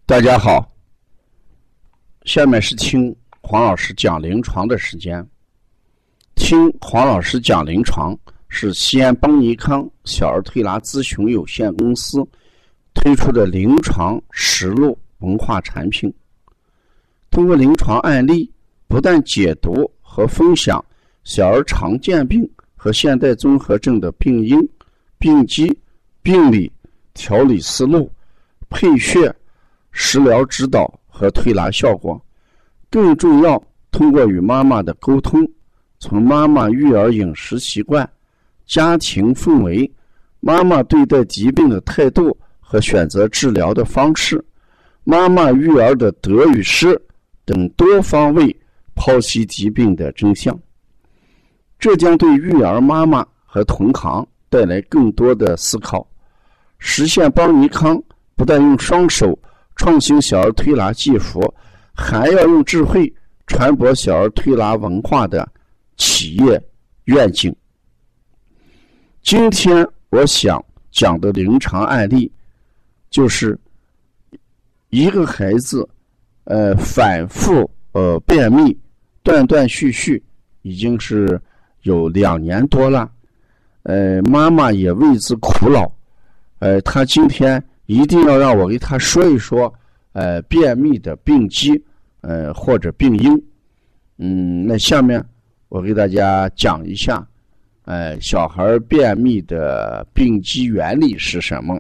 大家好，下面是听黄老师讲临床的时间。听黄老师讲临床是西安邦尼康小儿推拿咨询有限公司推出的临床实录文化产品，通过临床案例不但解读和分享小儿常见病和现代综合症的病因、病机、病理、调理思路、配穴、食疗指导和推拿效果，更重要，通过与妈妈的沟通，从妈妈育儿饮食习惯、家庭氛围、妈妈对待疾病的态度和选择治疗的方式、妈妈育儿的得与失等多方位剖析疾病的真相。这将对育儿妈妈和同行带来更多的思考，实现邦尼康不但用双手创新小儿推拿技术，还要用智慧传播小儿推拿文化的企业愿景。今天我想讲的临床案例就是一个孩子反复便秘，断断续续，已经是有2年多了，妈妈也为之苦恼，他今天一定要让我给他说一说便秘的病机或者病因。那下面我给大家讲一下小孩便秘的病机原理是什么。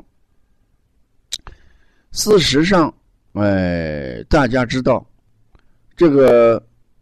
事实上大家知道这个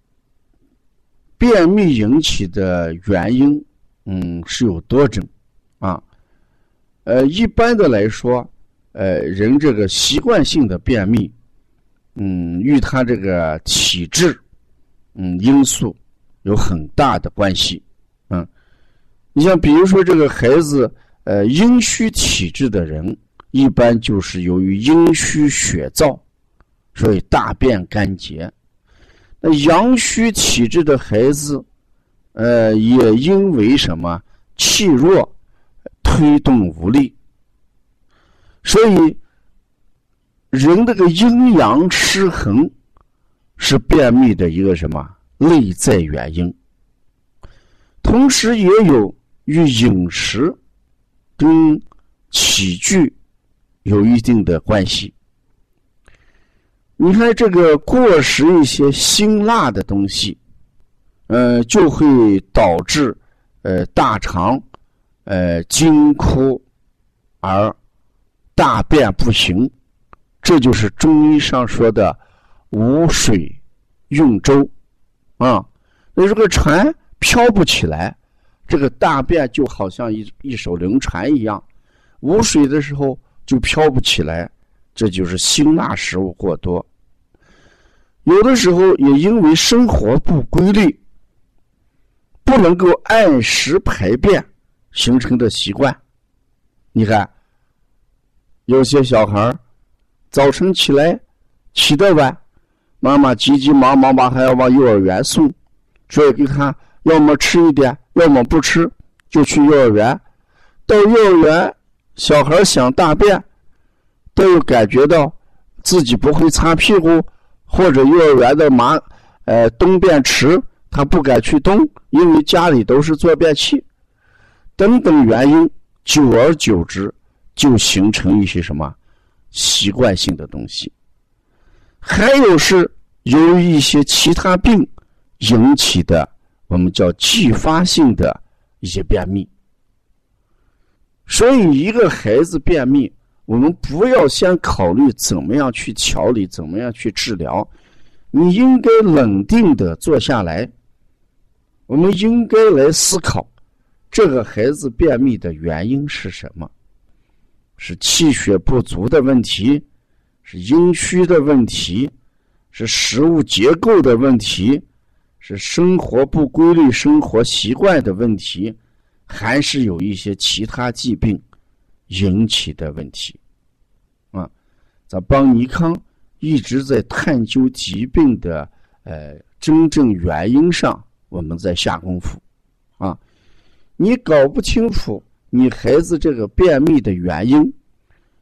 便秘引起的原因是有多种啊。一般的来说人这个习惯性的便秘与他这个体质因素有很大的关系。你像比如说这个孩子阴虚体质的人，一般就是由于阴虚血燥，所以大便干结。那阳虚体质的孩子也因为什么气弱推动无力，所以人这个阴阳失衡是便秘的一个什么内在原因，同时也有与饮食跟起居有一定的关系。你看这个过食一些辛辣的东西就会导致大肠惊哭而大便不行，这就是中医上说的无水用舟啊。那这个船飘不起来，这个大便就好像一艘轮船一样，无水的时候就飘不起来，这就是辛辣食物过多。有的时候也因为生活不规律，不能够按时排便形成的习惯。你看有些小孩早晨起来起得晚，妈妈急急忙忙把还要往幼儿园送，所以给他要么吃一点，要么不吃，就去幼儿园。到幼儿园小孩想大便，都有感觉到自己不会擦屁股，或者幼儿园的蹲便池他不敢去蹲，因为家里都是坐便器等等原因，久而久之就形成一些什么习惯性的东西。还有是由于一些其他病引起的，我们叫继发性的一些便秘。所以一个孩子便秘，我们不要先考虑怎么样去调理，怎么样去治疗，你应该冷静地坐下来，我们应该来思考这个孩子便秘的原因是什么。是气血不足的问题，是阴虚的问题，是食物结构的问题，是生活不规律生活习惯的问题，还是有一些其他疾病引起的问题咱邦尼康一直在探究疾病的真正原因上，我们在下功夫你搞不清楚你孩子这个便秘的原因，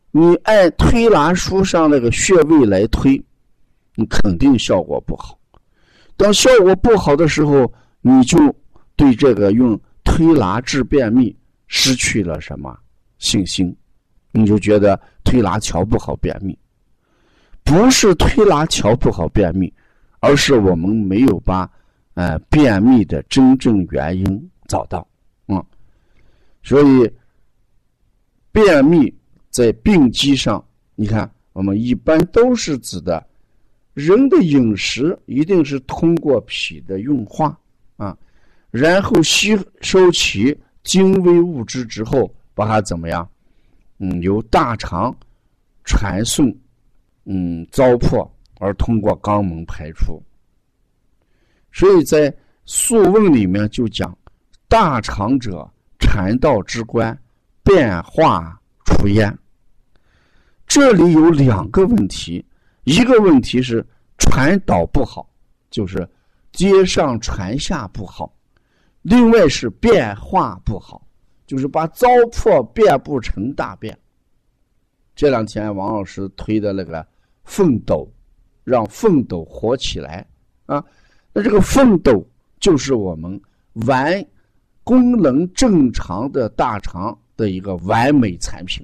你按推拿书上那个穴位来推，你肯定效果不好。当效果不好的时候，你就对这个用推拿治便秘失去了什么信心，你就觉得推拿调不好便秘。不是推拿调不好便秘，而是我们没有把便秘的真正原因找到。所以便秘在病机上，你看我们一般都是指的人的饮食一定是通过脾的运化然后吸收其精微物质之后，把它怎么样由大肠传送糟粕而通过肛门排出。所以在《素问》里面就讲，大肠者传道之官，变化出焉。这里有两个问题，一个问题是传导不好，就是接上传下不好；另外是变化不好，就是把糟粕变不成大便。这两天王老师推的那个粪斗，让粪斗活起来那这个粪斗就是我们功能正常的大肠的一个完美产品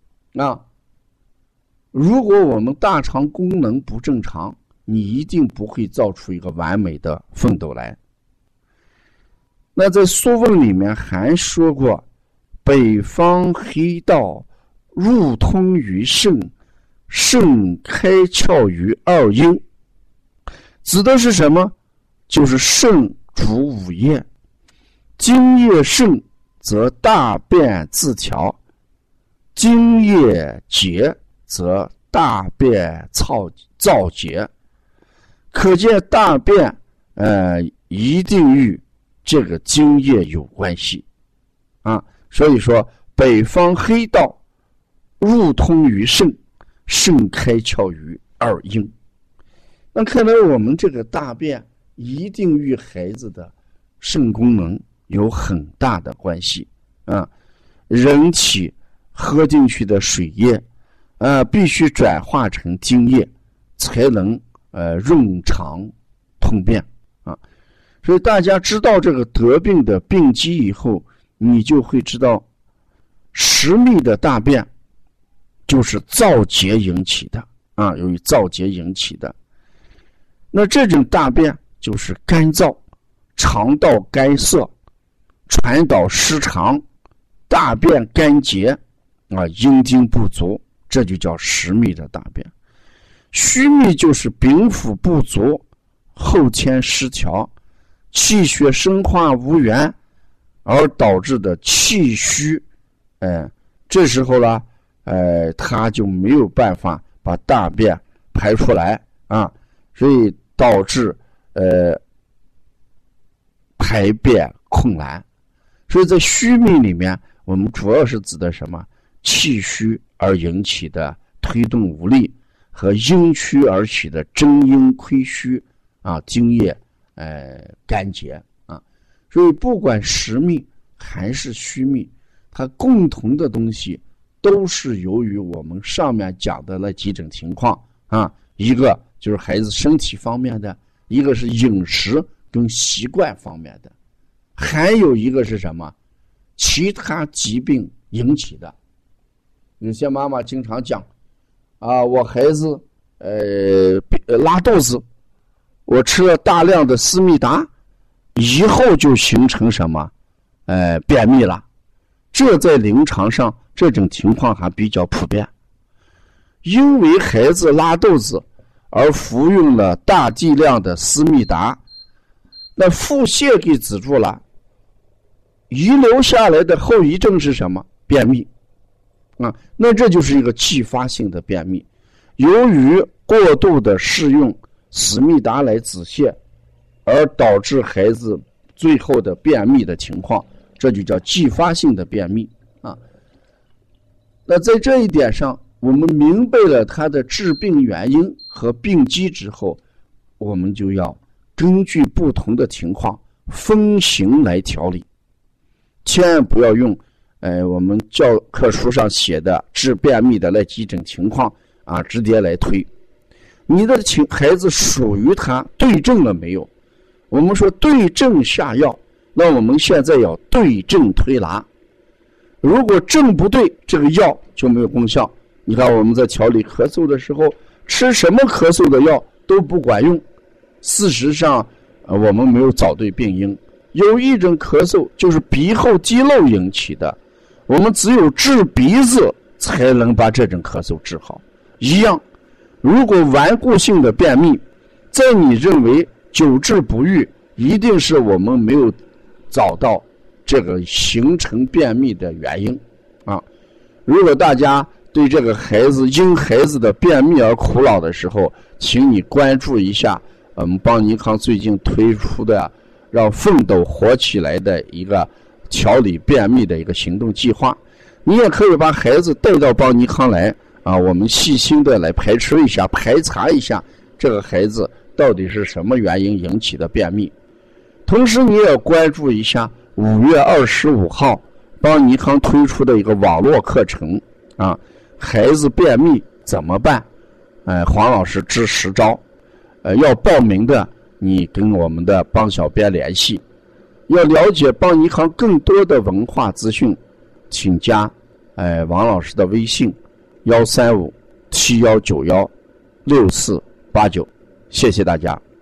如果我们大肠功能不正常，你一定不会造出一个完美的粪斗来。那在《素问》里面还说过，北方黑道入通于肾，肾开窍于二阴，指的是什么？就是肾主五液，津液盛则大便自调，津液结则大便燥结。可见大便一定与这个津液有关系所以说北方黑道入通于肾，肾开窍于二阴。那看来我们这个大便一定与孩子的肾功能有很大的关系人体喝进去的水液必须转化成津液，才能润肠通便所以大家知道这个得病的病机以后，你就会知道实密的大便就是燥结引起的由于燥结引起的。那这种大便就是干燥，肠道干涩，传导失常，大便干结阴精不足，这就叫实密的大便。虚密就是禀赋不足，后天失调，气血生化无源而导致的气虚这时候呢他就没有办法把大便排出来所以导致排便困难。所以在虚密里面，我们主要是指的什么？气虚而引起的推动无力，和阴虚而起的真阴亏虚津液干结所以不管实密还是虚密，它共同的东西都是由于我们上面讲的那几种情况一个就是孩子身体方面的，一个是饮食跟习惯方面的，还有一个是什么？其他疾病引起的。有些妈妈经常讲我孩子拉肚子，我吃了大量的思密达以后就形成什么便秘了。这在临床上这种情况还比较普遍。因为孩子拉肚子而服用了大剂量的思密达，那腹泻给止住了，遗留下来的后遗症是什么？便秘那这就是一个继发性的便秘。由于过度的使用思密达来止泻，而导致孩子最后的便秘的情况，这就叫继发性的便秘那在这一点上，我们明白了它的致病原因和病机之后，我们就要根据不同的情况分型来调理，千万不要用我们教科书上写的治便秘的那几种情况啊，直接来推。你的孩子属于他对症了没有？我们说对症下药，那我们现在要对症推拿。如果症不对，这个药就没有功效。你看我们在调理咳嗽的时候，吃什么咳嗽的药都不管用。事实上，我们没有找对病因。有一种咳嗽就是鼻后积漏引起的，我们只有治鼻子才能把这种咳嗽治好。一样，如果顽固性的便秘，在你认为久治不愈，一定是我们没有找到这个形成便秘的原因啊。如果大家对这个孩子因孩子的便秘而苦恼的时候，请你关注一下我们邦尼康最近推出的让奋斗活起来的一个调理便秘的一个行动计划。你也可以把孩子带到邦尼康来啊，我们细心的来排除一下、排查一下这个孩子到底是什么原因引起的便秘。同时你也要关注一下5月25号邦尼康推出的一个网络课程啊，孩子便秘怎么办？黄老师支10招。要报名的你跟我们的邦小编联系。要了解邦尼康更多的文化资讯，请加王老师的微信13571916489。谢谢大家。